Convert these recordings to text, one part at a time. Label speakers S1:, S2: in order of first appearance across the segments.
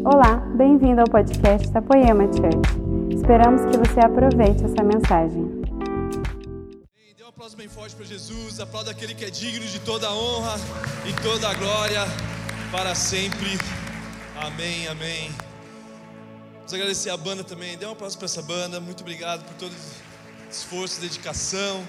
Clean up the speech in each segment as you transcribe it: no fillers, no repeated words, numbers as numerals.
S1: Olá, bem-vindo ao podcast da Poema Church. Esperamos que você aproveite essa mensagem.
S2: Dê um aplauso bem forte para Jesus, aplauda aquele que é digno de toda a honra e toda a glória para sempre. Amém, amém. Vamos agradecer a banda também, dê um aplauso para essa banda, muito obrigado por todo o esforço, dedicação.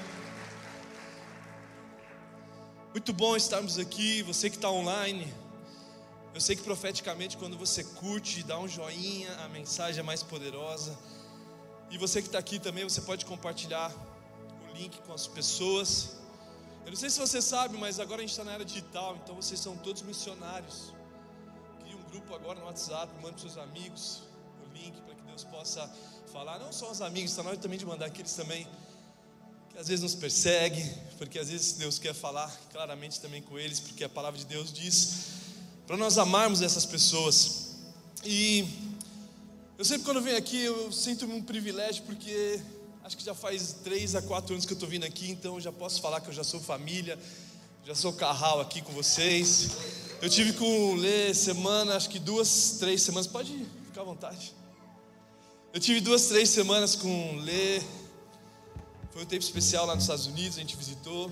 S2: Muito bom estarmos aqui, você que está online. Eu sei que profeticamente quando você curte, dá um joinha, a mensagem é mais poderosa. E você que está aqui também, você pode compartilhar o link com as pessoas. Eu não sei se você sabe, mas agora a gente está na era digital, então vocês são todos missionários. Crie um grupo agora no WhatsApp, mande para os seus amigos o link para que Deus possa falar. Não só os amigos, está na hora também de mandar aqueles também que às vezes nos perseguem, porque às vezes Deus quer falar claramente também com eles, porque a palavra de Deus diz para nós amarmos essas pessoas. E eu sempre quando venho aqui eu sinto um privilégio, porque acho que já faz 3 a 4 anos que eu estou vindo aqui, então eu já posso falar que eu já sou família, já sou carral aqui com vocês. Eu tive com o Lê semana, acho que 2, 3 semanas, pode ficar à vontade. Eu tive 2, 3 semanas com o Lê, foi um tempo especial lá nos Estados Unidos, a gente visitou.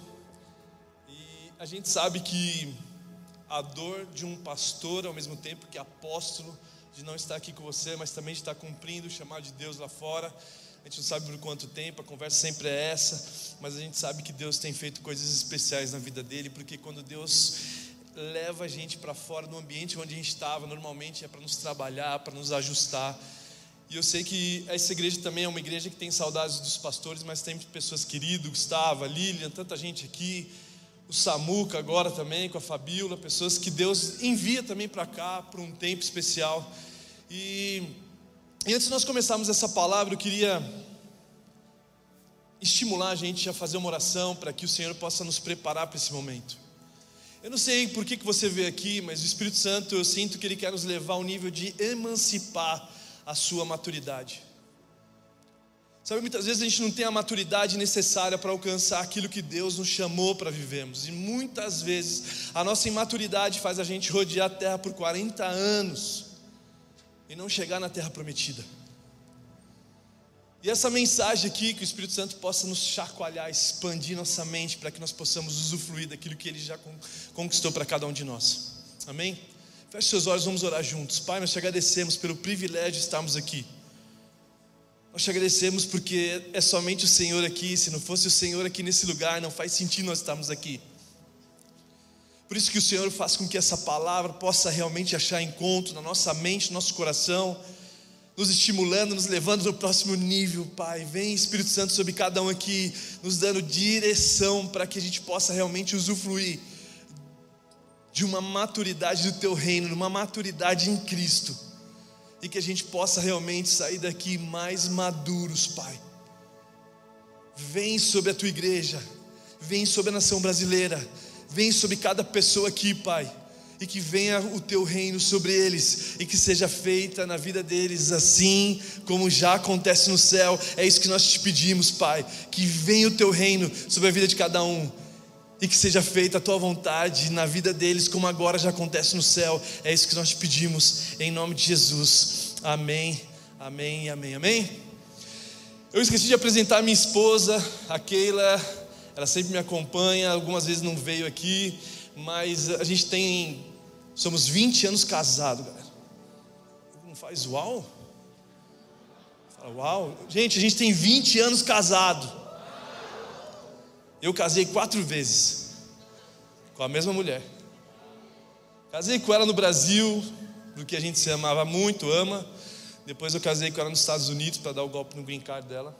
S2: E a gente sabe que a dor de um pastor, ao mesmo tempo que apóstolo, de não estar aqui com você, mas também de estar cumprindo o chamado de Deus lá fora. A gente não sabe por quanto tempo, a conversa sempre é essa, mas a gente sabe que Deus tem feito coisas especiais na vida dele, porque quando Deus leva a gente para fora do ambiente onde a gente estava, normalmente é para nos trabalhar, para nos ajustar. E eu sei que essa igreja também é uma igreja que tem saudades dos pastores, mas tem pessoas queridas, Gustavo, Lilian, tanta gente aqui, o Samuca agora também, com a Fabíola, pessoas que Deus envia também para cá, para um tempo especial. E antes de nós começarmos essa palavra, eu queria estimular a gente a fazer uma oração para que o Senhor possa nos preparar para esse momento. Eu não sei por que você veio aqui, mas o Espírito Santo, eu sinto que Ele quer nos levar ao nível de emancipar a sua maturidade. Sabe, muitas vezes a gente não tem a maturidade necessária para alcançar aquilo que Deus nos chamou para vivermos. E muitas vezes a nossa imaturidade faz a gente rodear a terra por 40 anos e não chegar na terra prometida. E essa mensagem aqui, que o Espírito Santo possa nos chacoalhar, expandir nossa mente, para que nós possamos usufruir daquilo que Ele já conquistou para cada um de nós. Amém? Feche seus olhos, vamos orar juntos. Pai, nós te agradecemos pelo privilégio de estarmos aqui. Nós te agradecemos porque é somente o Senhor aqui. Se não fosse o Senhor aqui nesse lugar, não faz sentido nós estarmos aqui. Por isso que o Senhor faz com que essa palavra possa realmente achar encontro na nossa mente, no nosso coração, nos estimulando, nos levando no próximo nível, Pai. Vem Espírito Santo sobre cada um aqui, nos dando direção para que a gente possa realmente usufruir de uma maturidade do Teu reino, de uma maturidade em Cristo, e que a gente possa realmente sair daqui mais maduros, Pai. Vem sobre a Tua igreja, vem sobre a nação brasileira, vem sobre cada pessoa aqui, Pai, e que venha o Teu reino sobre eles, e que seja feita na vida deles assim como já acontece no céu. É isso que nós te pedimos, Pai, que venha o Teu reino sobre a vida de cada um, e que seja feita a Tua vontade na vida deles, como agora já acontece no céu. É isso que nós te pedimos, em nome de Jesus. Amém, amém, amém, amém. Eu esqueci de apresentar a minha esposa, a Keila. Ela sempre me acompanha, algumas vezes não veio aqui, mas a gente somos 20 anos casados, galera. Não faz uau? Fala uau. Gente, a gente tem 20 anos casado. Eu casei 4 vezes com a mesma mulher. Casei com ela no Brasil, porque a gente se amava muito, ama. Depois eu casei com ela nos Estados Unidos para dar o golpe no green card dela.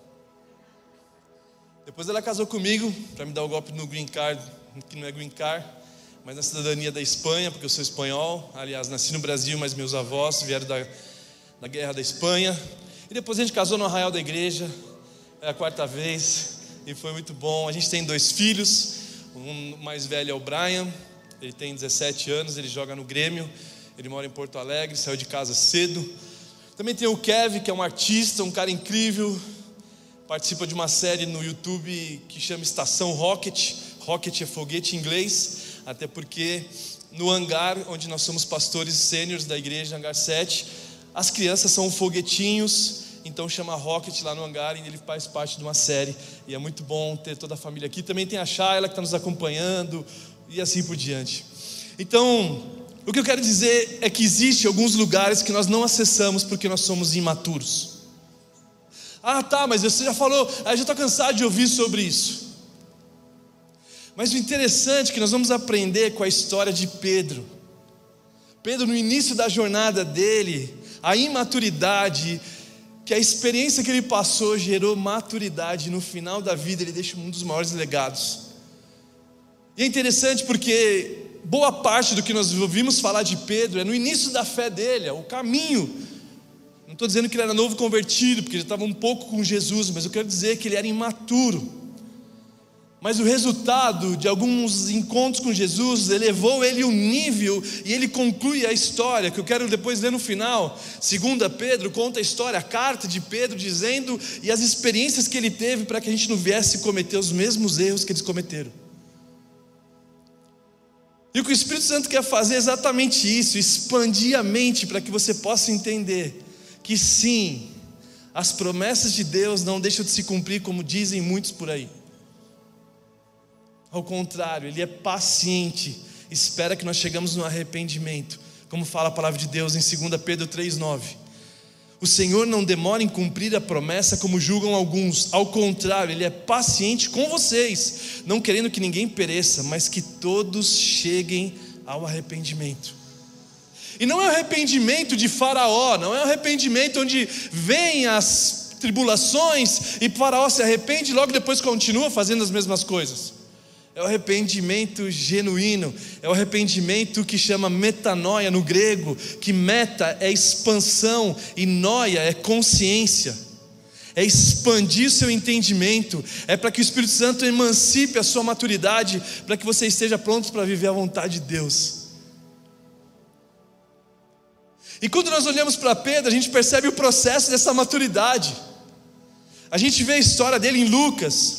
S2: Depois ela casou comigo para me dar o golpe no green card, que não é green card, mas na cidadania da Espanha, porque eu sou espanhol. Aliás, nasci no Brasil, mas meus avós vieram da guerra da Espanha. E depois a gente casou no arraial da igreja, é a 4ª vez. E foi muito bom. A gente tem 2 filhos. O mais velho é o Brian. Ele tem 17 anos, ele joga no Grêmio. Ele mora em Porto Alegre, saiu de casa cedo. Também tem o Kevin, que é um artista, um cara incrível. Participa de uma série no YouTube que chama Estação Rocket. Rocket é foguete em inglês, até porque no hangar onde nós somos pastores sêniores da igreja, hangar 7, as crianças são foguetinhos, então chama Rocket lá no hangar, e ele faz parte de uma série, e é muito bom ter toda a família aqui. Também tem a Shayla que está nos acompanhando, e assim por diante. Então, o que eu quero dizer é que existe alguns lugares que nós não acessamos porque nós somos imaturos. Ah, tá, mas você já falou, eu já estou cansado de ouvir sobre isso. Mas o interessante é que nós vamos aprender com a história de Pedro. Pedro, no início da jornada dele, a imaturidade, que a experiência que ele passou gerou maturidade. No final da vida ele deixa um dos maiores legados. E é interessante porque boa parte do que nós ouvimos falar de Pedro é no início da fé dele, é o caminho. Não estou dizendo que ele era novo convertido, porque ele estava um pouco com Jesus, mas eu quero dizer que ele era imaturo. Mas o resultado de alguns encontros com Jesus elevou ele um nível, e ele conclui a história, que eu quero depois ler no final. 2 Pedro conta a história, a carta de Pedro dizendo, e as experiências que ele teve para que a gente não viesse cometer os mesmos erros que eles cometeram. E o que o Espírito Santo quer fazer é exatamente isso, expandir a mente para que você possa entender que sim, as promessas de Deus não deixam de se cumprir como dizem muitos por aí. Ao contrário, Ele é paciente, espera que nós chegamos no arrependimento, como fala a palavra de Deus em 2 Pedro 3,9. O Senhor não demora em cumprir a promessa como julgam alguns, ao contrário, Ele é paciente com vocês, não querendo que ninguém pereça, mas que todos cheguem ao arrependimento. E não é o arrependimento de Faraó, não é o arrependimento onde vem as tribulações e Faraó se arrepende e logo depois continua fazendo as mesmas coisas. É o arrependimento genuíno, é o arrependimento que chama metanoia no grego, que meta é expansão e noia é consciência, é expandir seu entendimento, é para que o Espírito Santo emancipe a sua maturidade, para que você esteja pronto para viver a vontade de Deus. E quando nós olhamos para Pedro, a gente percebe o processo dessa maturidade. A gente vê a história dele em Lucas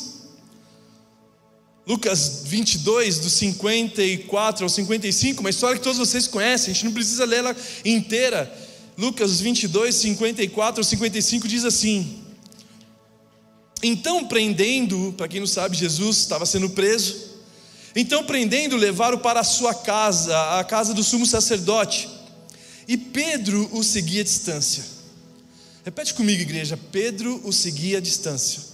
S2: 22, do 54 ao 55, uma história que todos vocês conhecem, a gente não precisa ler ela inteira. Lucas 22, 54 ao 55 diz assim: então prendendo, para quem não sabe, Jesus estava sendo preso. Então prendendo, levaram para a sua casa, a casa do sumo sacerdote, e Pedro o seguia à distância. Repete comigo, igreja: Pedro o seguia à distância.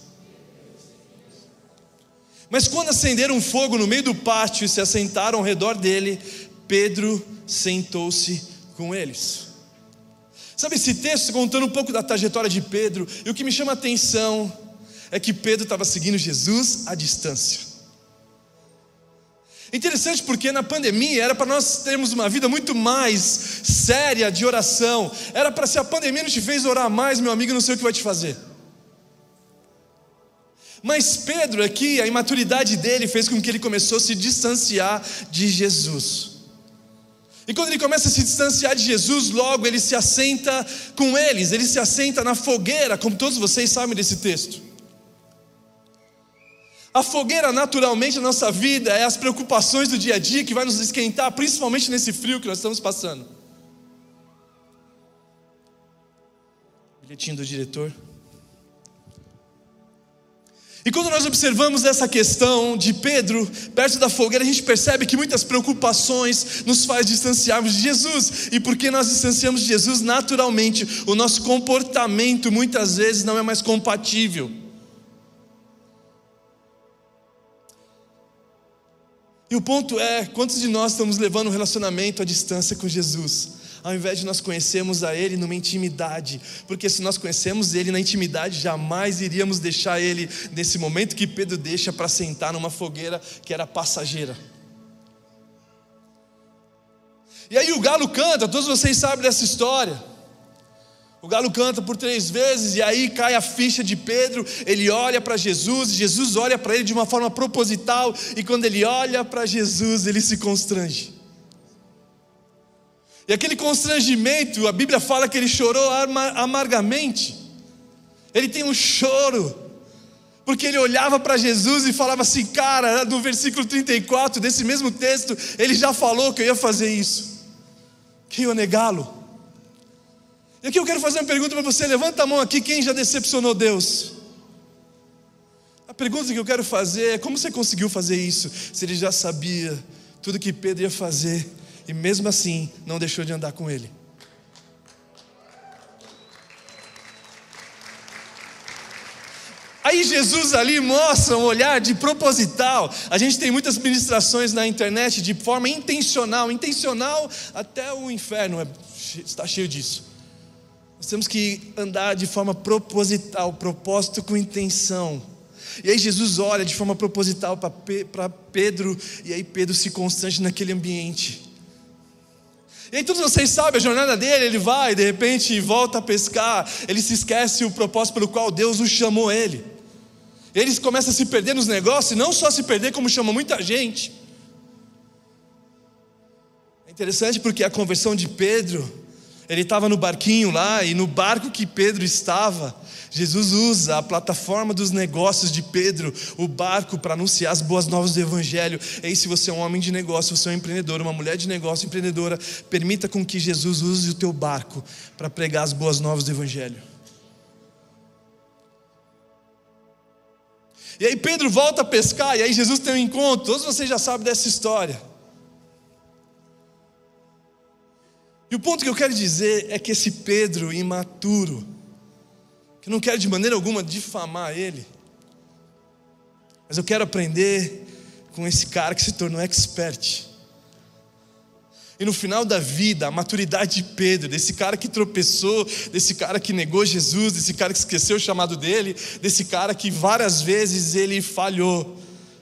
S2: Mas quando acenderam um fogo no meio do pátio e se assentaram ao redor dele, Pedro sentou-se com eles. Sabe, esse texto contando um pouco da trajetória de Pedro, e o que me chama a atenção é que Pedro estava seguindo Jesus à distância. Interessante porque na pandemia era para nós termos uma vida muito mais séria de oração. Era para, se a pandemia não te fez orar mais, meu amigo, não sei o que vai te fazer. Mas Pedro aqui, a imaturidade dele fez com que ele começou a se distanciar de Jesus. E quando ele começa a se distanciar de Jesus, logo ele se assenta com eles, ele se assenta na fogueira, como todos vocês sabem desse texto. A fogueira, naturalmente, na nossa vida é as preocupações do dia a dia que vai nos esquentar, principalmente nesse frio que nós estamos passando. Bilhetinho do diretor. E quando nós observamos essa questão de Pedro perto da fogueira, a gente percebe que muitas preocupações nos faz distanciarmos de Jesus. E porque nós distanciamos de Jesus, naturalmente, o nosso comportamento muitas vezes não é mais compatível. E o ponto é, quantos de nós estamos levando um relacionamento à distância com Jesus, ao invés de nós conhecermos a Ele numa intimidade? Porque se nós conhecemos Ele na intimidade, jamais iríamos deixar Ele nesse momento que Pedro deixa para sentar numa fogueira que era passageira. E aí o galo canta, todos vocês sabem dessa história. O galo canta por 3 vezes e aí cai a ficha de Pedro. Ele olha para Jesus, Jesus olha para ele de uma forma proposital, e quando ele olha para Jesus, ele se constrange. E aquele constrangimento, a Bíblia fala que ele chorou amargamente. Ele tem um choro, Porque ele olhava para Jesus e falava assim: cara, no versículo 34 desse mesmo texto, ele já falou que eu ia fazer isso, que eu ia negá-lo. E aqui eu quero fazer uma pergunta para você. Levanta a mão aqui, quem já decepcionou Deus? A pergunta que eu quero fazer é: como você conseguiu fazer isso, se ele já sabia tudo que Pedro ia fazer, e mesmo assim não deixou de andar com ele? Aí Jesus ali mostra um olhar de proposital. A gente tem muitas ministrações na internet de forma intencional até o inferno está cheio disso. Nós temos que andar de forma proposital, propósito com intenção. E aí Jesus olha de forma proposital para Pedro, e aí Pedro se constrange naquele ambiente. E aí todos vocês sabem a jornada dele. Ele vai, de repente volta a pescar. Ele se esquece o propósito pelo qual Deus o chamou ele. Ele começa a se perder nos negócios, e não só se perder, como chama muita gente. É interessante porque a conversão de Pedro, ele estava no barquinho lá, e no barco que Pedro estava, Jesus usa a plataforma dos negócios de Pedro, o barco, para anunciar as boas novas do Evangelho. E aí, se você é um homem de negócio, você é um empreendedor, uma mulher de negócio, empreendedora, permita com que Jesus use o teu barco para pregar as boas novas do Evangelho. E aí Pedro volta a pescar, e aí Jesus tem um encontro. Todos vocês já sabem dessa história. E o ponto que eu quero dizer é que esse Pedro imaturo, que eu não quero de maneira alguma difamar ele, mas eu quero aprender com esse cara que se tornou expert. E no final da vida, a maturidade de Pedro, desse cara que tropeçou, desse cara que negou Jesus, desse cara que esqueceu o chamado dele, desse cara que várias vezes ele falhou,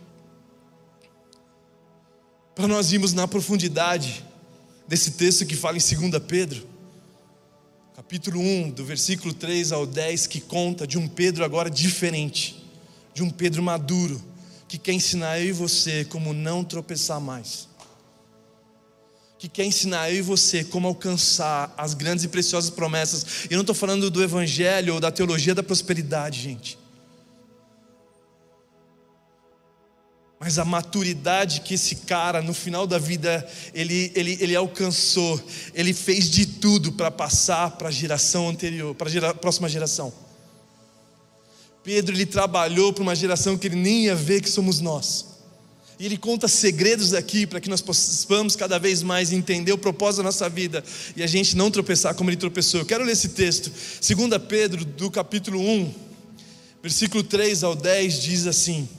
S2: para nós irmos na profundidade desse texto que fala em 2 Pedro, capítulo 1, do versículo 3 ao 10, que conta de um Pedro agora diferente, de um Pedro maduro, que quer ensinar eu e você como não tropeçar mais, que quer ensinar eu e você como alcançar as grandes e preciosas promessas. E eu não estou falando do Evangelho ou da teologia da prosperidade, gente, mas a maturidade que esse cara no final da vida ele alcançou. Ele fez de tudo para passar para a geração anterior, para a próxima geração. Pedro, ele trabalhou para uma geração que ele nem ia ver, que somos nós. E ele conta segredos aqui para que nós possamos cada vez mais entender o propósito da nossa vida e a gente não tropeçar como ele tropeçou. Eu quero ler esse texto, 2 Pedro, do capítulo 1, versículo 3 ao 10, diz assim: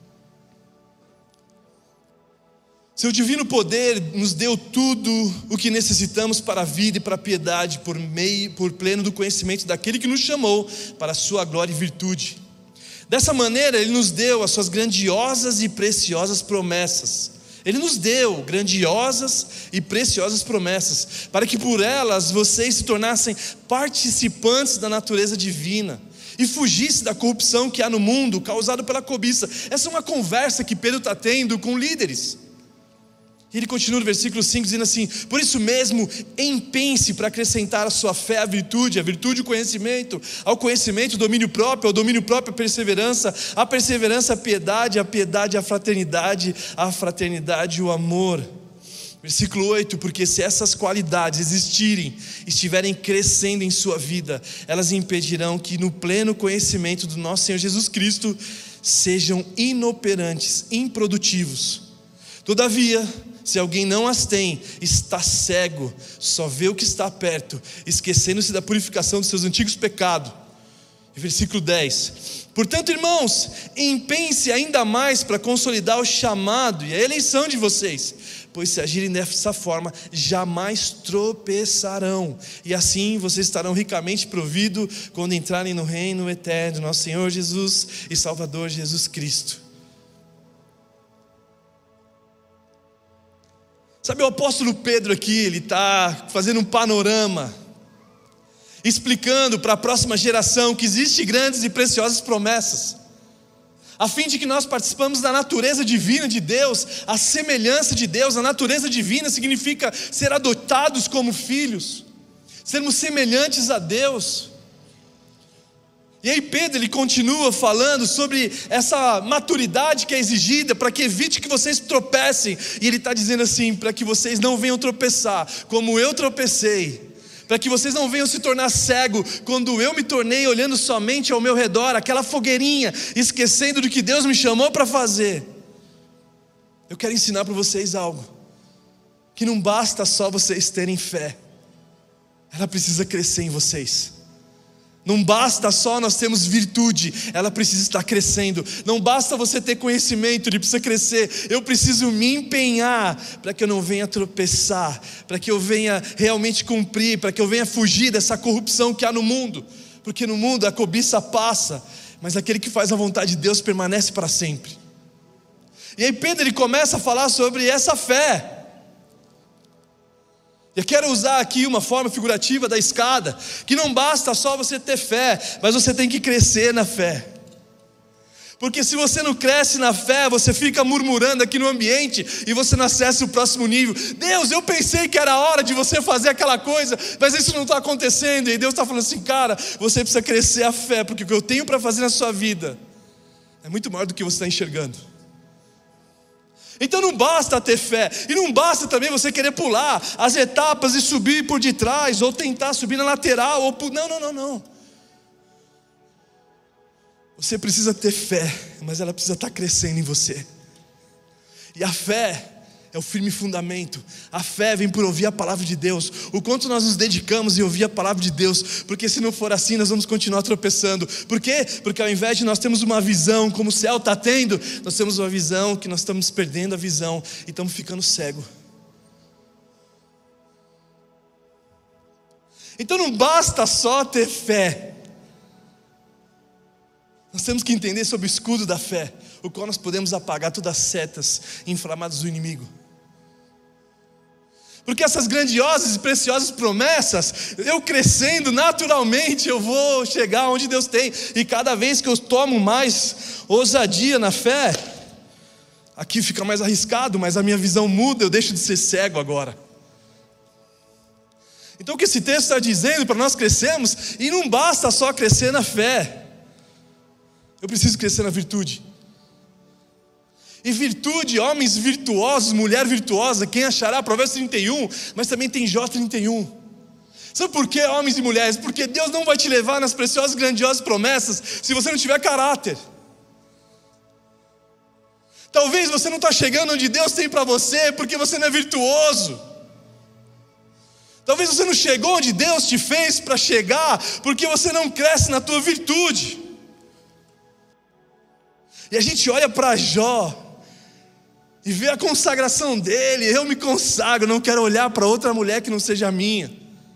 S2: seu divino poder nos deu tudo o que necessitamos para a vida e para a piedade, por pleno do conhecimento daquele que nos chamou para a sua glória e virtude. Dessa maneira ele nos deu as suas grandiosas e preciosas promessas. Ele nos deu grandiosas e preciosas promessas, para que por elas vocês se tornassem participantes da natureza divina e fugissem da corrupção que há no mundo, causada pela cobiça. Essa é uma conversa que Pedro está tendo com líderes. E ele continua no versículo 5 dizendo assim: por isso mesmo, empenhe-se para acrescentar a sua fé à virtude, o conhecimento, ao conhecimento o domínio próprio, ao domínio próprio a perseverança a piedade, a piedade a fraternidade o amor. Versículo 8: porque se essas qualidades estiverem crescendo em sua vida, elas impedirão que no pleno conhecimento do nosso Senhor Jesus Cristo sejam inoperantes, improdutivos. Todavia, se alguém não as tem, está cego, só vê o que está perto, esquecendo-se da purificação dos seus antigos pecados. Versículo 10: portanto, irmãos, empenhem-se ainda mais para consolidar o chamado e a eleição de vocês, pois se agirem dessa forma, jamais tropeçarão, e assim vocês estarão ricamente providos quando entrarem no reino eterno, nosso Senhor Jesus e Salvador Jesus Cristo. Sabe, o apóstolo Pedro aqui, ele está fazendo um panorama, explicando para a próxima geração que existem grandes e preciosas promessas, a fim de que nós participamos da natureza divina de Deus, a semelhança de Deus. A natureza divina significa ser adotados como filhos, sermos semelhantes a Deus. E aí Pedro, ele continua falando sobre essa maturidade que é exigida para que evite que vocês tropecem. E ele está dizendo assim, para que vocês não venham tropeçar como eu tropecei, para que vocês não venham se tornar cego quando eu me tornei olhando somente ao meu redor, aquela fogueirinha, esquecendo do que Deus me chamou para fazer. Eu quero ensinar para vocês algo, que não basta só vocês terem fé, ela precisa crescer em vocês. Não basta só nós termos virtude, ela precisa estar crescendo. Não basta você ter conhecimento, ele precisa crescer. Eu preciso me empenhar para que eu não venha tropeçar, para que eu venha realmente cumprir, para que eu venha fugir dessa corrupção que há no mundo. Porque no mundo a cobiça passa, mas aquele que faz a vontade de Deus permanece para sempre. E aí Pedro, ele começa a falar sobre essa fé. Eu quero usar aqui uma forma figurativa da escada, que não basta só você ter fé, mas você tem que crescer na fé. Porque se você não cresce na fé, você fica murmurando aqui no ambiente e você não acessa o próximo nível. Deus, eu pensei que era a hora de você fazer aquela coisa, mas isso não está acontecendo. E Deus está falando assim, cara, você precisa crescer a fé, porque o que eu tenho para fazer na sua vida é muito maior do que você está enxergando. Então não basta ter fé, e não basta também você querer pular as etapas e subir por detrás, ou tentar subir na lateral, ou não. Você precisa ter fé, mas ela precisa estar crescendo em você. E a fé é o firme fundamento. A fé vem por ouvir a palavra de Deus. O quanto nós nos dedicamos em ouvir a palavra de Deus, porque se não for assim nós vamos continuar tropeçando. Por quê? Porque ao invés de nós termos uma visão como o céu está tendo, nós temos uma visão que nós estamos perdendo a visão e estamos ficando cegos. Então não basta só ter fé. Nós temos que entender sobre o escudo da fé, o qual nós podemos apagar todas as setas inflamadas do inimigo. Porque essas grandiosas e preciosas promessas, eu crescendo naturalmente, eu vou chegar onde Deus tem. E cada vez que eu tomo mais ousadia na fé, aqui fica mais arriscado, mas a minha visão muda, eu deixo de ser cego agora. Então o que esse texto está dizendo para nós crescermos, e não basta só crescer na fé, eu preciso crescer na virtude. E virtude, homens virtuosos, mulher virtuosa, quem achará? Provérbios 31, mas também tem Jó 31. Sabe por quê, homens e mulheres? Porque Deus não vai te levar nas preciosas, grandiosas promessas se você não tiver caráter. Talvez você não está chegando onde Deus tem para você porque você não é virtuoso. Talvez você não chegou onde Deus te fez para chegar porque você não cresce na tua virtude. E a gente olha para Jó e vê a consagração dele. Eu me consagro, não quero olhar para outra mulher que não seja a minha.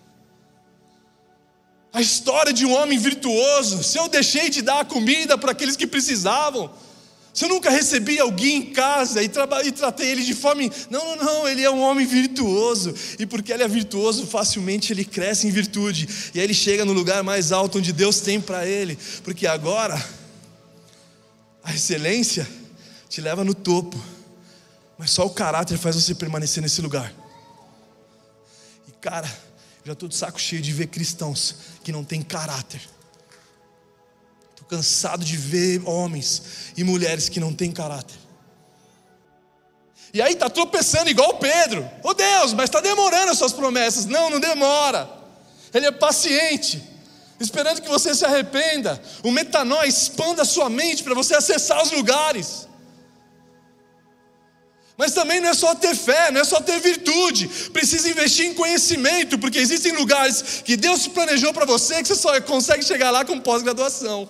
S2: A história de um homem virtuoso. Se eu deixei de dar a comida para aqueles que precisavam, se eu nunca recebi alguém em casa e tratei ele de fome, não, ele é um homem virtuoso. E porque ele é virtuoso, facilmente ele cresce em virtude. E aí ele chega no lugar mais alto onde Deus tem para ele. Porque agora a excelência te leva no topo, mas só o caráter faz você permanecer nesse lugar. E cara, já estou de saco cheio de ver cristãos que não têm caráter. Estou cansado de ver homens e mulheres que não têm caráter. E aí está tropeçando igual Pedro. Oh Deus, mas está demorando as suas promessas. Não demora. Ele é paciente, esperando que você se arrependa. O metanoia expanda a sua mente para você acessar os lugares. Mas também não é só ter fé, não é só ter virtude. Precisa investir em conhecimento, porque existem lugares que Deus planejou para você que você só consegue chegar lá com pós-graduação.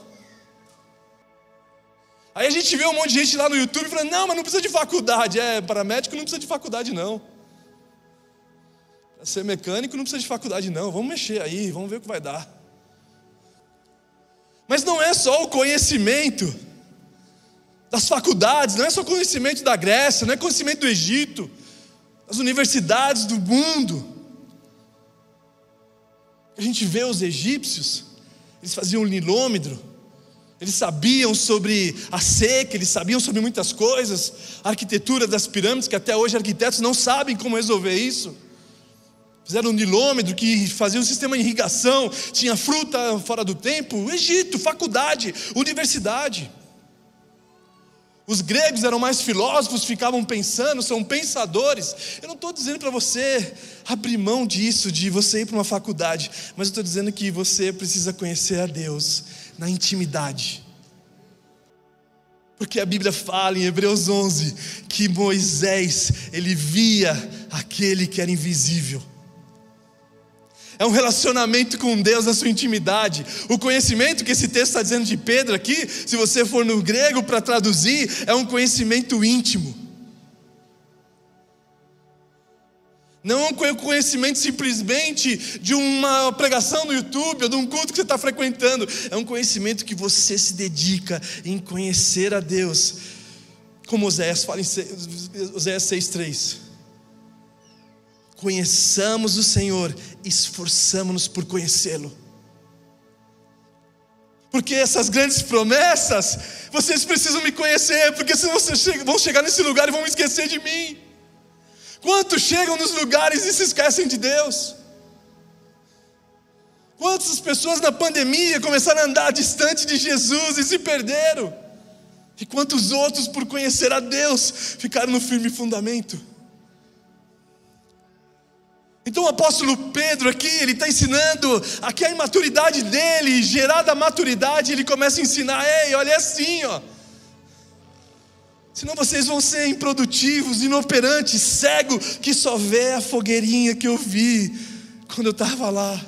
S2: Aí a gente vê um monte de gente lá no YouTube falando, não, mas não precisa de faculdade. Paramédico não precisa de faculdade não. Para ser mecânico não precisa de faculdade não. Vamos mexer aí, vamos ver o que vai dar. Mas não é só o conhecimento das faculdades, não é só conhecimento da Grécia, não é conhecimento do Egito, das universidades do mundo. A gente vê os egípcios, eles faziam nilômetro, eles sabiam sobre a seca, eles sabiam sobre muitas coisas, a arquitetura das pirâmides, que até hoje arquitetos não sabem como resolver isso. Fizeram um nilômetro que fazia um sistema de irrigação, tinha fruta fora do tempo. Egito, faculdade, universidade. Os gregos eram mais filósofos, ficavam pensando, são pensadores. Eu não estou dizendo para você abrir mão disso, de você ir para uma faculdade, mas eu estou dizendo que você precisa conhecer a Deus na intimidade. Porque a Bíblia fala em Hebreus 11 que Moisés, ele via aquele que era invisível. É um relacionamento com Deus na sua intimidade. O conhecimento que esse texto está dizendo de Pedro aqui, se você for no grego para traduzir, é um conhecimento íntimo. Não é um conhecimento simplesmente de uma pregação no YouTube ou de um culto que você está frequentando. É um conhecimento que você se dedica em conhecer a Deus. Como Oséias fala em Oséias 6:3. Conheçamos o Senhor, esforçamo-nos por conhecê-lo. Porque essas grandes promessas, vocês precisam me conhecer, porque senão vocês vão chegar nesse lugar e vão esquecer de mim. Quantos chegam nos lugares e se esquecem de Deus? Quantas pessoas na pandemia começaram a andar distante de Jesus e se perderam? E quantos outros, por conhecer a Deus, ficaram no firme fundamento? Então o apóstolo Pedro aqui, ele está ensinando aqui a imaturidade dele, gerada a maturidade, ele começa a ensinar: ei, olha, é assim, ó. Senão vocês vão ser improdutivos, inoperantes, cego, que só vê a fogueirinha que eu vi quando eu estava lá.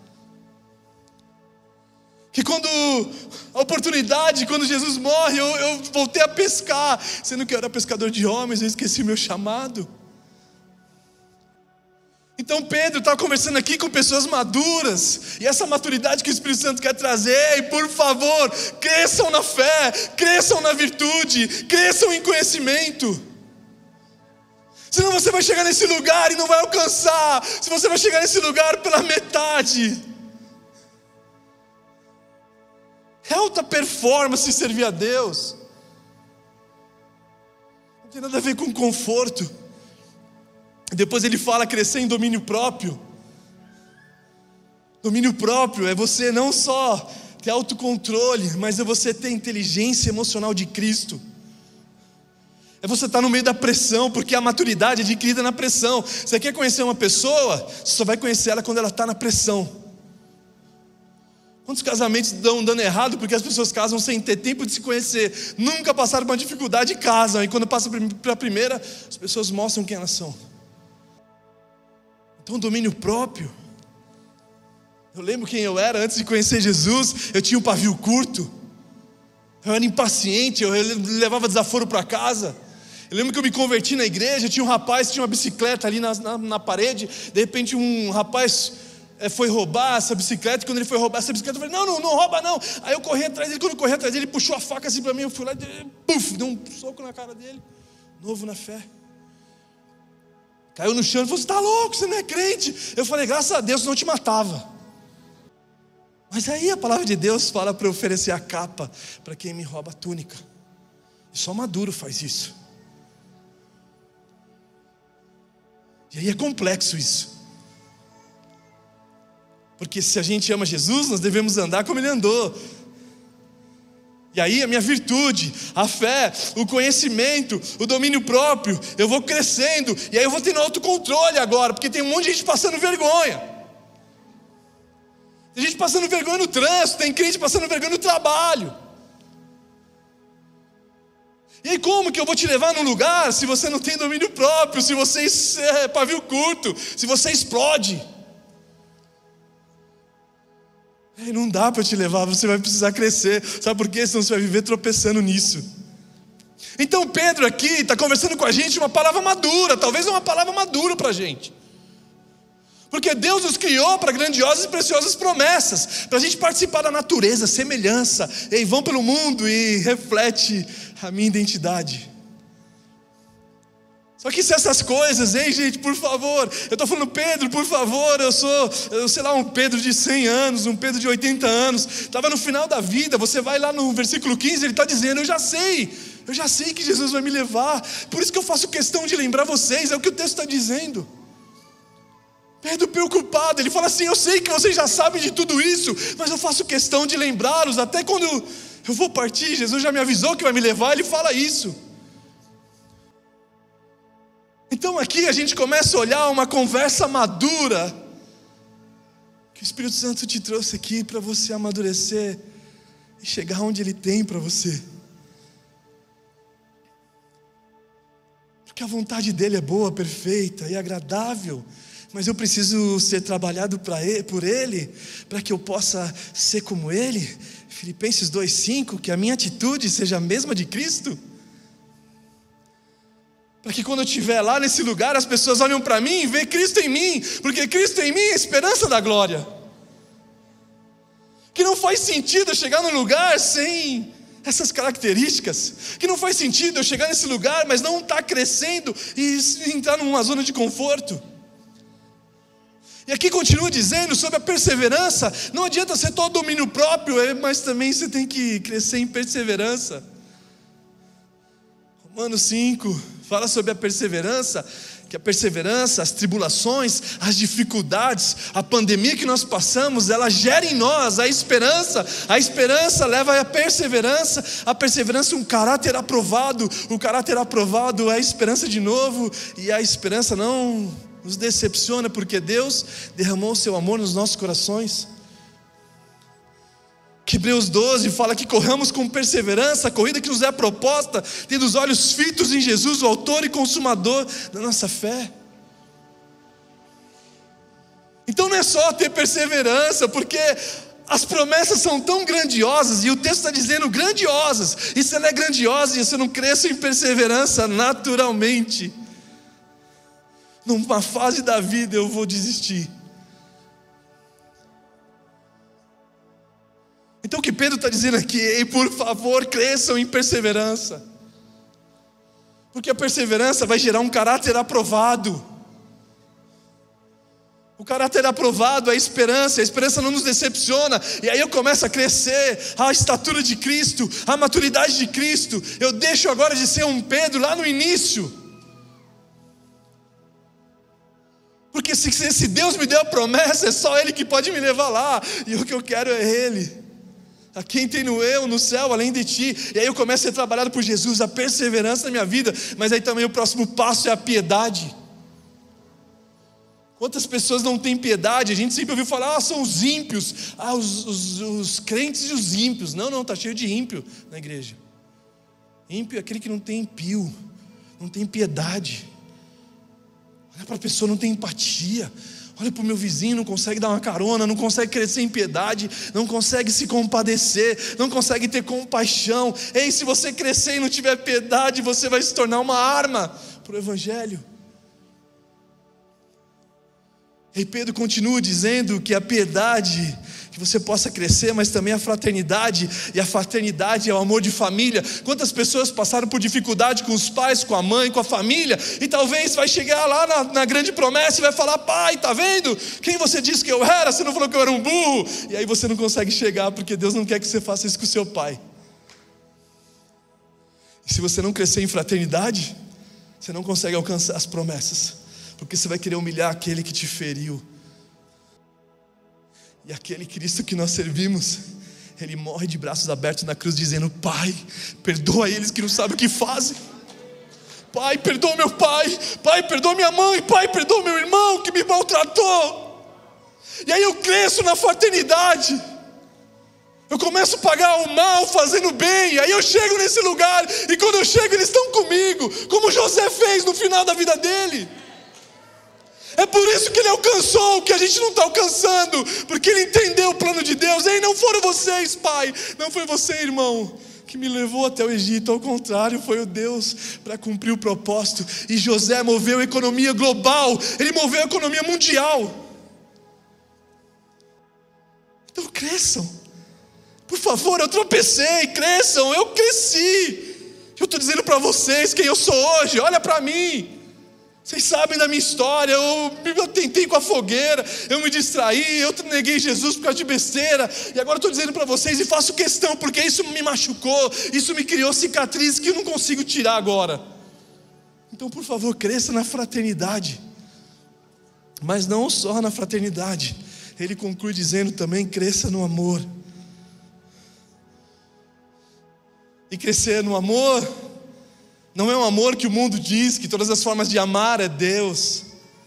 S2: Que quando a oportunidade, quando Jesus morre, eu voltei a pescar, sendo que eu era pescador de homens, eu esqueci meu chamado. Então Pedro está conversando aqui com pessoas maduras, e essa maturidade que o Espírito Santo quer trazer, e por favor, cresçam na fé, cresçam na virtude, cresçam em conhecimento. Senão você vai chegar nesse lugar e não vai alcançar, se você vai chegar nesse lugar pela metade. É alta performance servir a Deus, não tem nada a ver com conforto. Depois ele fala crescer em domínio próprio. Domínio próprio é você não só ter autocontrole, mas é você ter inteligência emocional de Cristo. É você estar no meio da pressão, porque a maturidade é adquirida na pressão. Você quer conhecer uma pessoa, você só vai conhecer ela quando ela está na pressão. Quantos casamentos estão dando errado porque as pessoas casam sem ter tempo de se conhecer? Nunca passaram por uma dificuldade e casam, e quando passam pela primeira, as pessoas mostram quem elas são. Então, domínio próprio. Eu lembro quem eu era antes de conhecer Jesus. Eu tinha um pavio curto, eu era impaciente, eu levava desaforo para casa. Eu lembro que eu me converti na igreja, tinha um rapaz que tinha uma bicicleta ali na parede. De repente um rapaz foi roubar essa bicicleta, e quando ele foi roubar essa bicicleta, eu falei: não rouba não. Aí eu corri atrás dele, quando eu corri atrás dele, ele puxou a faca assim para mim, eu fui lá e puf, dei um soco na cara dele. Novo na fé. Caiu no chão e falou: você está louco, você não é crente. Eu falei: graças a Deus, senão eu te matava. Mas aí a palavra de Deus fala para eu oferecer a capa para quem me rouba a túnica. E só maduro faz isso. E aí é complexo isso. Porque se a gente ama Jesus, nós devemos andar como Ele andou. E aí a minha virtude, a fé, o conhecimento, o domínio próprio, eu vou crescendo. E aí eu vou tendo autocontrole agora, porque tem um monte de gente passando vergonha. Tem gente passando vergonha no trânsito, tem crente passando vergonha no trabalho. E aí como que eu vou te levar num lugar se você não tem domínio próprio, se você é pavio curto, se você explode? Não dá para te levar, você vai precisar crescer. Sabe por quê? Senão você vai viver tropeçando nisso. Então Pedro aqui está conversando com a gente uma palavra madura, talvez uma palavra madura para a gente. Porque Deus nos criou para grandiosas e preciosas promessas, para a gente participar da natureza, semelhança. E vão pelo mundo e reflete a minha identidade. Só que se essas coisas, hein, gente, por favor, eu estou falando: Pedro, por favor, eu sei lá, um Pedro de 100 anos, um Pedro de 80 anos, estava no final da vida. Você vai lá no versículo 15, ele está dizendo: eu já sei que Jesus vai me levar, por isso que eu faço questão de lembrar vocês, é o que o texto está dizendo. Pedro preocupado, ele fala assim: eu sei que vocês já sabem de tudo isso, mas eu faço questão de lembrá-los, até quando eu vou partir, Jesus já me avisou que vai me levar, ele fala isso. Então aqui a gente começa a olhar uma conversa madura, que o Espírito Santo te trouxe aqui para você amadurecer e chegar onde Ele tem para você. Porque a vontade dEle é boa, perfeita e agradável, mas eu preciso ser trabalhado por Ele, para que eu possa ser como Ele. Filipenses 2,5, que a minha atitude seja a mesma de Cristo, para que quando eu estiver lá nesse lugar, as pessoas olham para mim e veem Cristo em mim, porque Cristo em mim é a esperança da glória. Que não faz sentido eu chegar num lugar sem essas características, que não faz sentido eu chegar nesse lugar, mas não estar crescendo e entrar numa zona de conforto. E aqui continua dizendo sobre a perseverança. Não adianta ser todo domínio próprio, mas também você tem que crescer em perseverança. Romanos 5 fala sobre a perseverança, que a perseverança, as tribulações, as dificuldades, a pandemia que nós passamos, ela gera em nós a esperança leva à perseverança, a perseverança um caráter aprovado, o caráter aprovado é a esperança de novo, e a esperança não nos decepciona, porque Deus derramou o seu amor nos nossos corações. Que Hebreus 12 fala que corramos com perseverança a corrida que nos é proposta, tendo os olhos fitos em Jesus, o autor e consumador da nossa fé. Então não é só ter perseverança, porque as promessas são tão grandiosas, e o texto está dizendo grandiosas, e se ela é grandiosa e você não cresce em perseverança, naturalmente, numa fase da vida eu vou desistir. Então o que Pedro está dizendo aqui é: por favor, cresçam em perseverança, porque a perseverança vai gerar um caráter aprovado. O caráter aprovado é a esperança não nos decepciona, e aí eu começo a crescer, a estatura de Cristo, a maturidade de Cristo. Eu deixo agora de ser um Pedro lá no início, porque se Deus me deu a promessa, é só Ele que pode me levar lá, e o que eu quero é Ele. A quem tenho eu no céu além de ti. E aí eu começo a ser trabalhado por Jesus, a perseverança na minha vida. Mas aí também o próximo passo é a piedade. Quantas pessoas não têm piedade? A gente sempre ouviu falar: são os ímpios, os crentes e os ímpios. Não, está cheio de ímpio na igreja. Ímpio é aquele que não tem pio, não tem piedade. Olha para a pessoa, não tem empatia. Olha para o meu vizinho, não consegue dar uma carona, não consegue crescer em piedade, não consegue se compadecer, não consegue ter compaixão. Ei, se você crescer e não tiver piedade, você vai se tornar uma arma para o Evangelho. E Pedro continua dizendo que a piedade, que você possa crescer, mas também a fraternidade, e a fraternidade é o amor de família. Quantas pessoas passaram por dificuldade com os pais, com a mãe, com a família, e talvez vai chegar lá na grande promessa e vai falar: pai, tá vendo? Quem você disse que eu era? Você não falou que eu era um burro? E aí você não consegue chegar, porque Deus não quer que você faça isso com o seu pai. E se você não crescer em fraternidade, você não consegue alcançar as promessas, porque você vai querer humilhar aquele que te feriu. E aquele Cristo que nós servimos, Ele morre de braços abertos na cruz, dizendo: Pai, perdoa eles que não sabem o que fazem. Pai, perdoa meu pai. Pai, perdoa minha mãe. Pai, perdoa meu irmão que me maltratou. E aí eu cresço na fraternidade. Eu começo a pagar o mal fazendo bem. E aí eu chego nesse lugar, e quando eu chego eles estão comigo, como José fez no final da vida dele. É por isso que ele alcançou o que a gente não está alcançando, porque ele entendeu o plano de Deus. Ei, não foram vocês, pai, não foi você, irmão, que me levou até o Egito. Ao contrário, foi o Deus para cumprir o propósito. E José moveu a economia global, ele moveu a economia mundial. Então cresçam, por favor. Eu tropecei, cresçam, eu cresci. Eu estou dizendo para vocês quem eu sou hoje. Olha para mim. Vocês sabem da minha história. Eu tentei com a fogueira, eu me distraí, eu neguei Jesus por causa de besteira. E agora estou dizendo para vocês, e faço questão, porque isso me machucou, isso me criou cicatrizes que eu não consigo tirar agora. Então por favor, cresça na fraternidade. Mas não só na fraternidade. Ele conclui dizendo também: cresça no amor. E crescer no amor não é um amor que o mundo diz, que todas as formas de amar é Deus.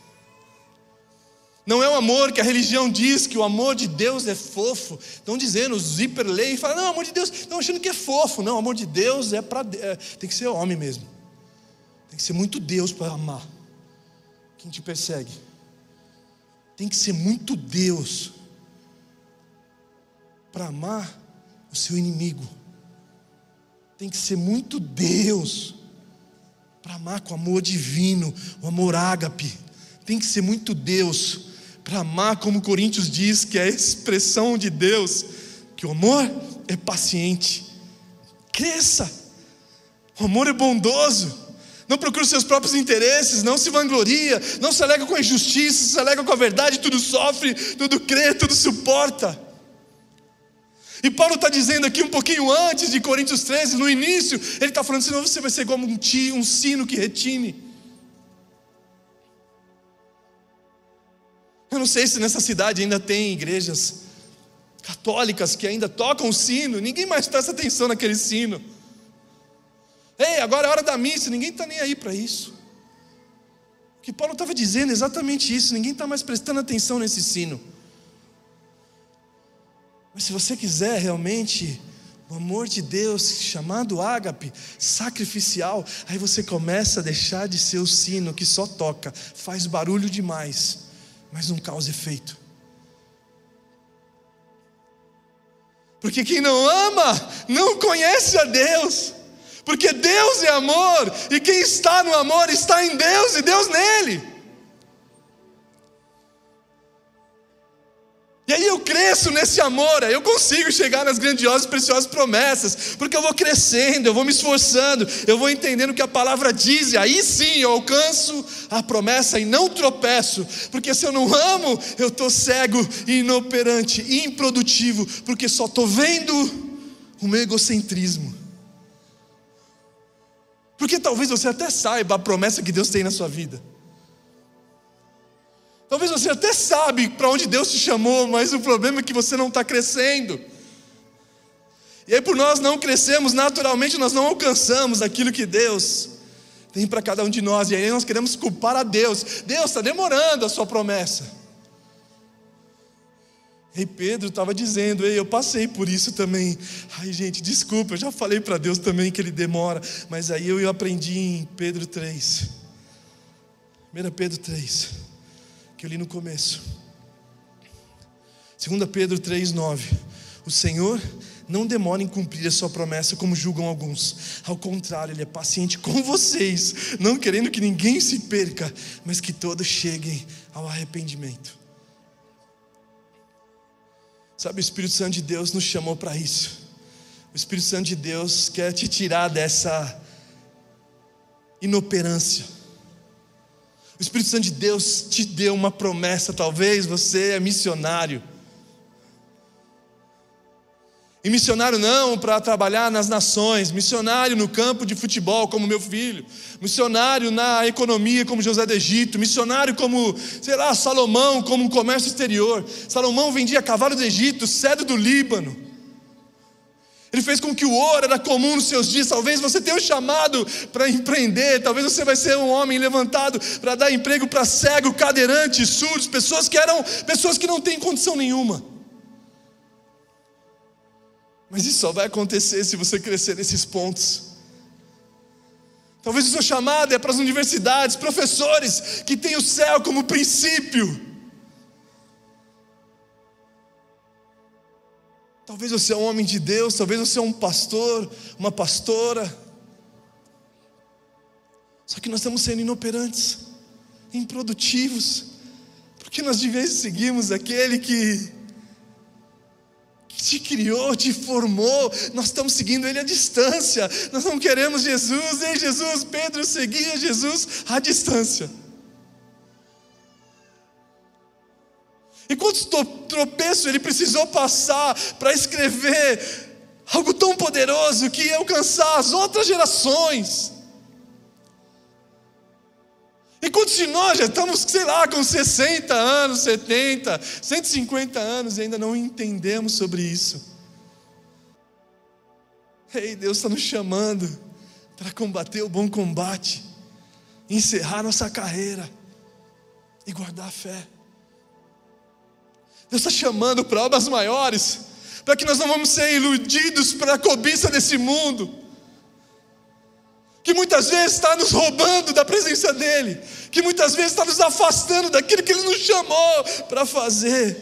S2: Não é um amor que a religião diz, que o amor de Deus é fofo. Estão dizendo, os hiperlei, falam: não, o amor de Deus, estão achando que é fofo. Não, o amor de Deus tem que ser homem mesmo. Tem que ser muito Deus para amar quem te persegue. Tem que ser muito Deus para amar o seu inimigo. Tem que ser muito Deus para amar com amor divino, o amor ágape. Tem que ser muito Deus para amar, como Coríntios diz, que é a expressão de Deus, que o amor é paciente. Cresça. O amor é bondoso. Não procura os seus próprios interesses, não se vangloria, não se alega com a injustiça, se alega com a verdade, tudo sofre, tudo crê, tudo suporta. E Paulo está dizendo aqui um pouquinho antes de Coríntios 13, no início, ele está falando: senão você vai ser como um sino que retine. Eu não sei se nessa cidade ainda tem igrejas católicas que ainda tocam o sino, ninguém mais presta atenção naquele sino. Ei, agora é hora da missa, ninguém está nem aí para isso. O que Paulo estava dizendo é exatamente isso, ninguém está mais prestando atenção nesse sino. Mas se você quiser realmente o amor de Deus, chamado ágape, sacrificial, aí você começa a deixar de ser o sino que só toca, faz barulho demais, mas não causa efeito. Porque quem não ama, não conhece a Deus. Porque Deus é amor, e quem está no amor está em Deus e Deus nele. E aí eu cresço nesse amor, aí eu consigo chegar nas grandiosas e preciosas promessas, porque eu vou crescendo, eu vou me esforçando, eu vou entendendo o que a palavra diz, e aí sim eu alcanço a promessa e não tropeço, porque se eu não amo, eu estou cego, inoperante, improdutivo, porque só estou vendo o meu egocentrismo. Porque talvez você até saiba a promessa que Deus tem na sua vida. Talvez você até sabe para onde Deus te chamou, mas o problema é que você não está crescendo. E aí por nós não crescermos, naturalmente nós não alcançamos aquilo que Deus tem para cada um de nós. E aí nós queremos culpar a Deus. Deus está demorando a sua promessa. E Pedro estava dizendo: ei, eu passei por isso também. Ai gente, desculpa, eu já falei para Deus também que Ele demora. Mas aí eu aprendi em Pedro 3. 1 Pedro 3, que eu li no começo. 2 Pedro 3:9. O Senhor não demora em cumprir a sua promessa, como julgam alguns. Ao contrário, Ele é paciente com vocês, não querendo que ninguém se perca, mas que todos cheguem ao arrependimento. Sabe, o Espírito Santo de Deus nos chamou para isso. O Espírito Santo de Deus quer te tirar dessa inoperância. O Espírito Santo de Deus te deu uma promessa. Talvez você é missionário. E missionário não para trabalhar nas nações, missionário no campo de futebol como meu filho, missionário na economia como José do Egito, missionário como, sei lá, Salomão, como um comércio exterior. Salomão vendia cavalo do Egito, cedro do Líbano. Ele fez com que o ouro era comum nos seus dias. Talvez você tenha um chamado para empreender, talvez você vai ser um homem levantado para dar emprego para cego, cadeirante, surdos, pessoas que não têm condição nenhuma. Mas isso só vai acontecer se você crescer nesses pontos. Talvez o seu chamado é para as universidades, professores que têm o céu como princípio. Talvez você é um homem de Deus, talvez você é um pastor, uma pastora. Só que nós estamos sendo inoperantes, improdutivos, porque nós de vez seguimos aquele que te criou, te formou. Nós estamos seguindo Ele à distância. Nós não queremos Jesus. Ei Jesus, Pedro seguia Jesus à distância. E quantos tropeços ele precisou passar para escrever algo tão poderoso que ia alcançar as outras gerações. E quantos Quantos de nós já estamos, sei lá, com 60 anos, 70, 150 anos e ainda não entendemos sobre isso? Ei, Deus está nos chamando para combater o bom combate, encerrar nossa carreira e guardar a fé. Deus está chamando para obras maiores, para que nós não vamos ser iludidos pela cobiça desse mundo, que muitas vezes está nos roubando da presença dEle, que muitas vezes está nos afastando daquilo que Ele nos chamou para fazer.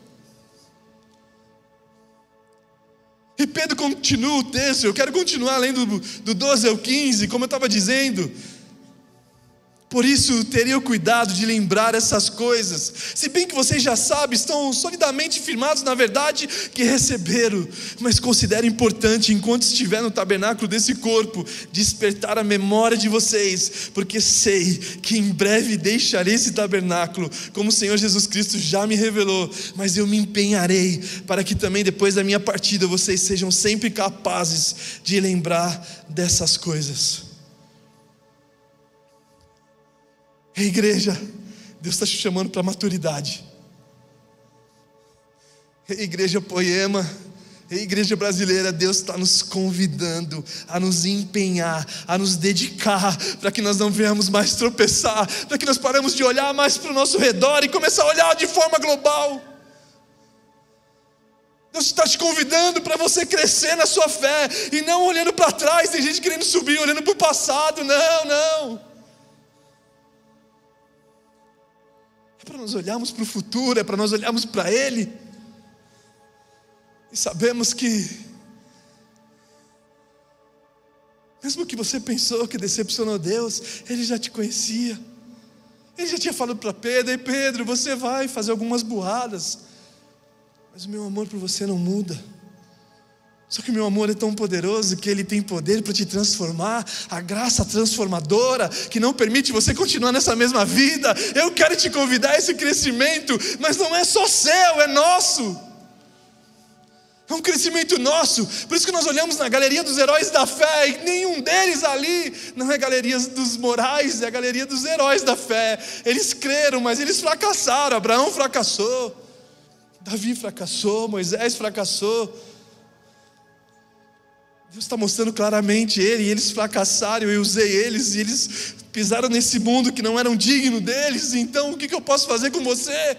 S2: E Pedro continua o texto, eu quero continuar lendo do 12 ao 15, como eu estava dizendo. Por isso, teria o cuidado de lembrar essas coisas, se bem que vocês já sabem, estão solidamente firmados na verdade que receberam, mas considero importante, enquanto estiver no tabernáculo desse corpo, despertar a memória de vocês, porque sei que em breve deixarei esse tabernáculo, como o Senhor Jesus Cristo já me revelou, mas eu me empenharei, para que também depois da minha partida, vocês sejam sempre capazes de lembrar dessas coisas. Ei, igreja, Deus está te chamando para maturidade. Ei, igreja Poema, ei, igreja brasileira, Deus está nos convidando a nos empenhar, a nos dedicar, para que nós não venhamos mais tropeçar, para que nós paremos de olhar mais para o nosso redor e começar a olhar de forma global. Deus está te convidando para você crescer na sua fé, e não olhando para trás. Tem gente querendo subir, olhando para o passado. Não. É para nós olharmos para o futuro, é para nós olharmos para Ele, e sabemos que, mesmo que você pensou que decepcionou Deus, Ele já te conhecia. Ele já tinha falado para Pedro: ei Pedro, você vai fazer algumas burradas, mas o meu amor por você não muda. Só que o meu amor é tão poderoso que Ele tem poder para te transformar, a graça transformadora, que não permite você continuar nessa mesma vida. Eu quero te convidar a esse crescimento, mas não é só seu, é nosso. É um crescimento nosso. Por isso que nós olhamos na galeria dos heróis da fé, e nenhum deles ali não é galeria dos morais, é a galeria dos heróis da fé. Eles creram, mas eles fracassaram. Abraão fracassou, Davi fracassou, Moisés fracassou. Deus está mostrando claramente Ele, e eles fracassaram, eu usei eles, e eles pisaram nesse mundo que não eram digno deles. Então o que eu posso fazer com você?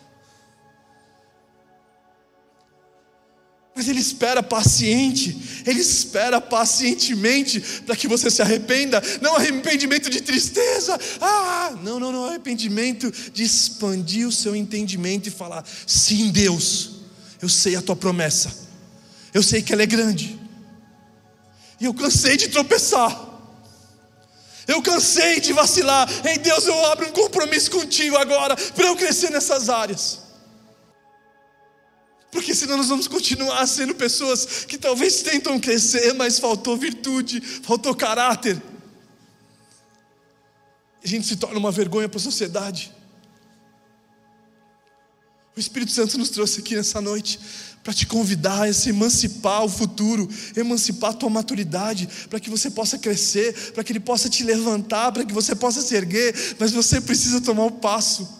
S2: Mas Ele espera paciente, Ele espera pacientemente para que você se arrependa. Não arrependimento de tristeza, não, arrependimento de expandir o seu entendimento e falar: sim, Deus, eu sei a tua promessa, eu sei que ela é grande, e eu cansei de tropeçar, eu cansei de vacilar. Ei Deus, eu abro um compromisso contigo agora, para eu crescer nessas áreas. Porque senão nós vamos continuar sendo pessoas que talvez tentam crescer, mas faltou virtude, faltou caráter. A gente se torna uma vergonha para a sociedade. O Espírito Santo nos trouxe aqui nessa noite para te convidar a se emancipar o futuro, emancipar a tua maturidade, para que você possa crescer, para que Ele possa te levantar, para que você possa se erguer, mas você precisa tomar o passo.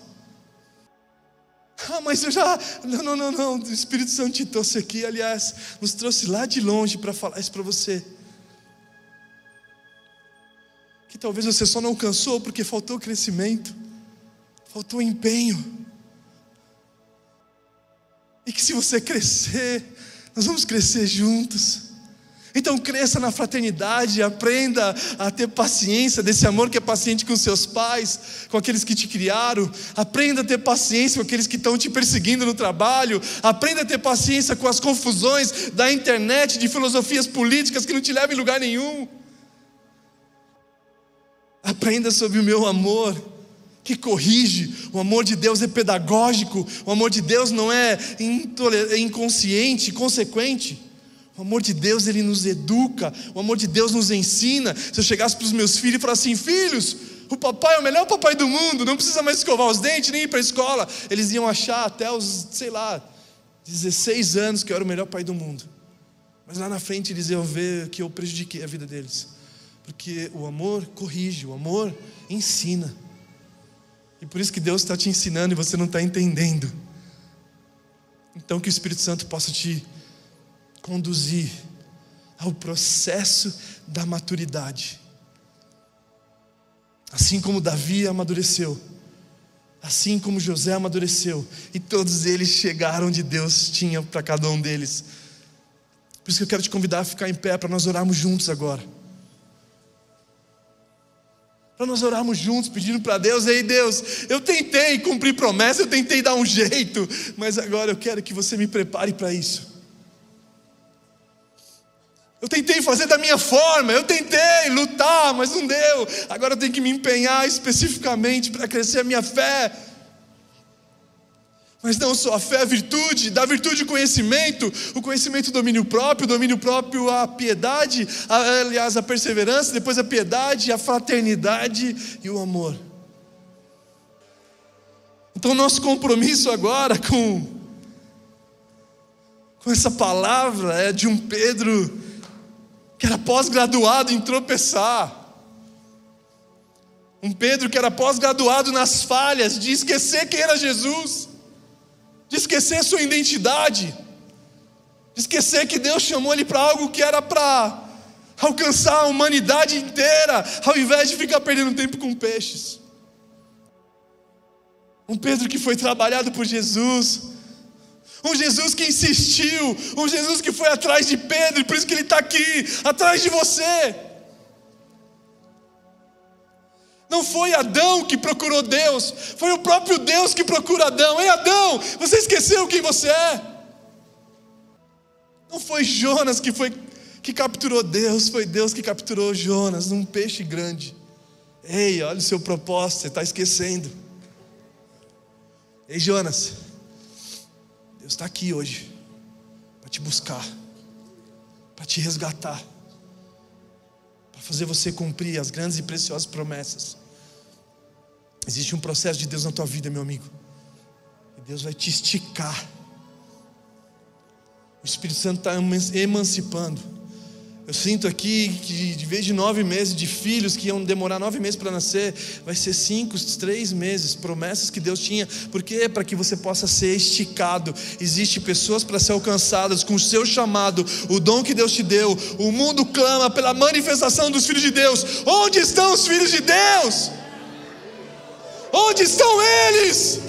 S2: Mas eu já... Não, o Espírito Santo te trouxe aqui, aliás, nos trouxe lá de longe para falar isso para você. Que talvez você só não alcançou porque faltou crescimento, faltou empenho. E que se você crescer, nós vamos crescer juntos. Então cresça na fraternidade, aprenda a ter paciência, desse amor que é paciente com seus pais, com aqueles que te criaram. Aprenda a ter paciência com aqueles que estão te perseguindo no trabalho. Aprenda a ter paciência com as confusões da internet, de filosofias políticas que não te levam em lugar nenhum. Aprenda sobre o meu amor, que corrige. O amor de Deus é pedagógico. O amor de Deus não é inconsciente, consequente. O amor de Deus, Ele nos educa. O amor de Deus nos ensina. Se eu chegasse para os meus filhos e falasse assim: filhos, o papai é o melhor papai do mundo, não precisa mais escovar os dentes, nem ir para a escola. Eles iam achar até os, 16 anos que eu era o melhor pai do mundo. Mas lá na frente eles iam ver que eu prejudiquei a vida deles. Porque o amor corrige, o amor ensina. E por isso que Deus está te ensinando e você não está entendendo. Então que o Espírito Santo possa te conduzir ao processo da maturidade. Assim como Davi amadureceu, assim como José amadureceu, e todos eles chegaram onde Deus tinha para cada um deles. Por isso que eu quero te convidar a ficar em pé para nós orarmos juntos agora. Para nós orarmos juntos, pedindo para Deus: ei Deus, eu tentei cumprir promessa, eu tentei dar um jeito, mas agora eu quero que você me prepare para isso. Eu tentei fazer da minha forma, eu tentei lutar, mas não deu. Agora eu tenho que me empenhar especificamente para crescer a minha fé. Mas não só a fé, a virtude, da virtude o conhecimento domínio próprio a piedade, aliás a perseverança, depois a piedade, a fraternidade e o amor. Então nosso compromisso agora com essa palavra é de um Pedro que era pós-graduado em tropeçar. Um Pedro que era pós-graduado nas falhas, de esquecer quem era Jesus, de esquecer sua identidade, de esquecer que Deus chamou ele para algo que era para alcançar a humanidade inteira, ao invés de ficar perdendo tempo com peixes. Um Pedro que foi trabalhado por Jesus, um Jesus que insistiu, um Jesus que foi atrás de Pedro, e por isso que ele está aqui, atrás de você. Não foi Adão que procurou Deus, foi o próprio Deus que procura Adão. Ei Adão, você esqueceu quem você é? Não foi Jonas que capturou Deus, foi Deus que capturou Jonas num peixe grande. Ei, olha o seu propósito, você está esquecendo. Ei Jonas, Deus está aqui hoje para te buscar, para te resgatar, para fazer você cumprir as grandes e preciosas promessas. Existe um processo de Deus na tua vida, meu amigo, e Deus vai te esticar. O Espírito Santo está emancipando. Eu sinto aqui que de vez de 9 meses de filhos que iam demorar 9 meses para nascer, vai ser 5, 3 meses, promessas que Deus tinha. Por quê? Para que você possa ser esticado. Existem pessoas para ser alcançadas com o seu chamado, o dom que Deus te deu. O mundo clama pela manifestação dos filhos de Deus. Onde estão os filhos de Deus? Onde estão eles?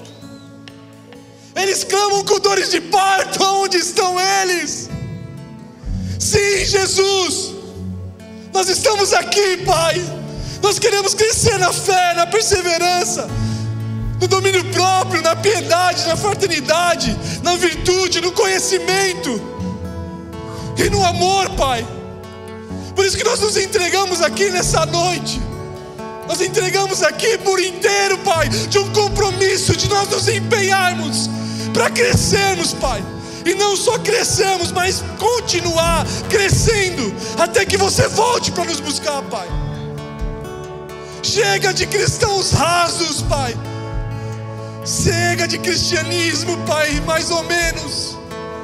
S2: Eles clamam com dores de parto. Onde estão eles? Sim, Jesus, nós estamos aqui, Pai. Nós queremos crescer na fé, na perseverança, no domínio próprio, na piedade, na fraternidade, na virtude, no conhecimento e no amor, Pai. Por isso que nós nos entregamos aqui nessa noite. Nós entregamos aqui por inteiro, Pai, de um compromisso de nós nos empenharmos para crescermos, Pai. E não só crescermos, mas continuar crescendo até que você volte para nos buscar, Pai. Chega de cristãos rasos, Pai. Chega de cristianismo, Pai, mais ou menos.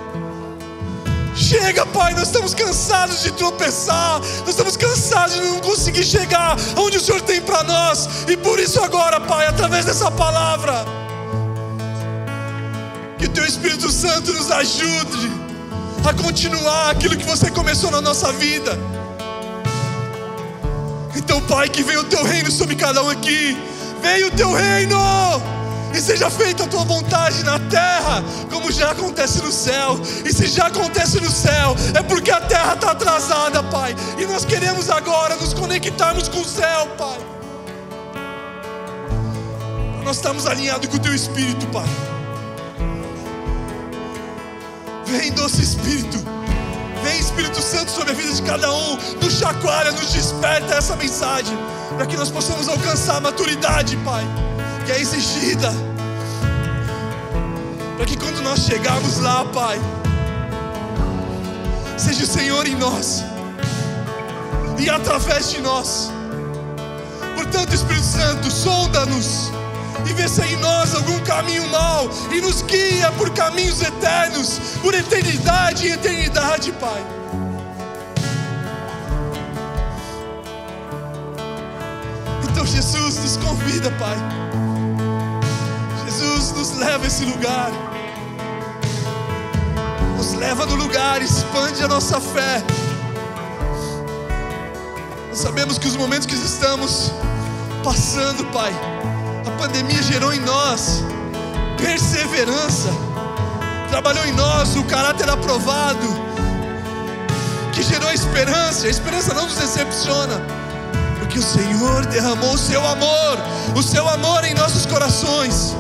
S2: Chega, Pai, nós estamos cansados de tropeçar. Nós estamos cansados de não conseguir chegar onde o Senhor tem para nós. E por isso agora, Pai, através dessa palavra, que o Teu Espírito Santo nos ajude a continuar aquilo que você começou na nossa vida. Então, Pai, que venha o Teu reino sobre cada um aqui. Venha o Teu reino e seja feita a Tua vontade na terra, como já acontece no céu. E se já acontece no céu, é porque a terra está atrasada, Pai. E nós queremos agora nos conectarmos com o céu, Pai. Nós estamos alinhados com o Teu Espírito, Pai. Vem, doce Espírito. Vem, Espírito Santo, sobre a vida de cada um. Nos chacoalha, nos desperta essa mensagem, para que nós possamos alcançar a maturidade, Pai, que é exigida, para que quando nós chegarmos lá, Pai, seja o Senhor em nós e através de nós. Portanto, Espírito Santo, sonda-nos e vê se em nós algum caminho mau, e nos guia por caminhos eternos, por eternidade e eternidade, Pai. Então Jesus nos convida, Pai, Jesus, nos leva a esse lugar. Nos leva no lugar, expande a nossa fé. Nós sabemos que os momentos que estamos passando, Pai, a pandemia gerou em nós perseverança, trabalhou em nós o caráter aprovado, que gerou a esperança não nos decepciona, porque o Senhor derramou o seu amor em nossos corações,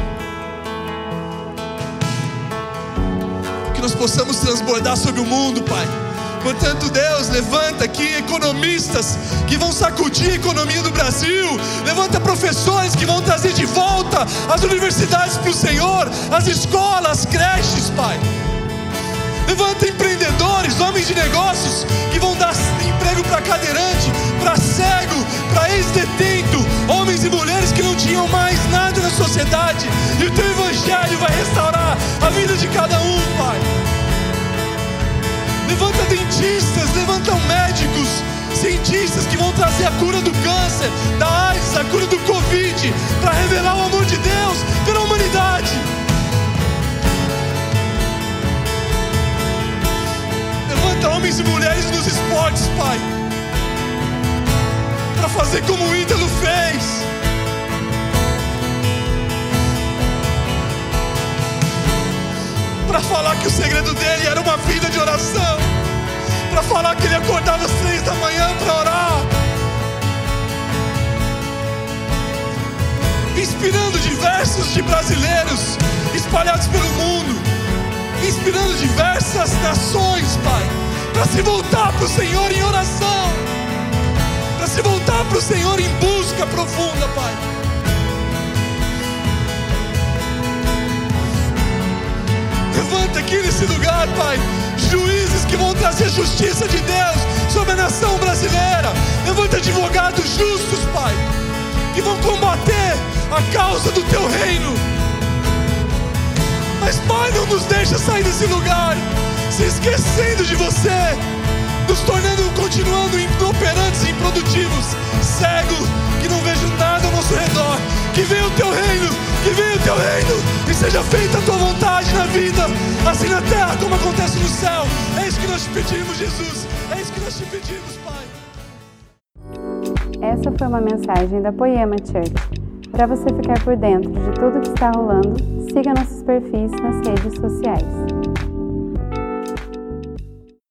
S2: que nós possamos transbordar sobre o mundo, Pai. Portanto, Deus, levanta aqui economistas que vão sacudir a economia do Brasil. Levanta professores que vão trazer de volta as universidades para o Senhor, as escolas, as creches, Pai. Levanta empreendedores, homens de negócios que vão dar emprego para cadeirante, para cego, para ex-detento, homens e mulheres que não tinham mais nada na sociedade. E o Teu Evangelho vai restaurar a vida de cada um, Pai. Levanta dentistas, levanta médicos, cientistas que vão trazer a cura do câncer, da AIDS, a cura do Covid, para revelar o amor de Deus pela humanidade. Levanta homens e mulheres nos esportes, Pai, para fazer como o Ítalo fez. Para falar que o segredo dele era uma vida de oração, para falar que ele acordava às 3 da manhã para orar, inspirando diversos de brasileiros espalhados pelo mundo, inspirando diversas nações, Pai, para se voltar para o Senhor em oração, para se voltar para o Senhor em busca profunda, Pai. Levanta aqui nesse lugar, Pai, juízes que vão trazer justiça de Deus sobre a nação brasileira. Levanta advogados justos, Pai, que vão combater a causa do Teu reino. Mas, Pai, não nos deixa sair desse lugar se esquecendo de Você, nos continuando inoperantes e improdutivos, cego, que não vejo nada ao nosso redor. Que venha o Teu reino, que venha o Teu reino, e seja feita a Tua vontade na vida, assim na terra como acontece no céu. É isso que nós te pedimos, Jesus, é isso que nós te pedimos, Pai.
S1: Essa foi uma mensagem da Poema Church. Para você ficar por dentro de tudo que está rolando, siga nossos perfis nas redes sociais.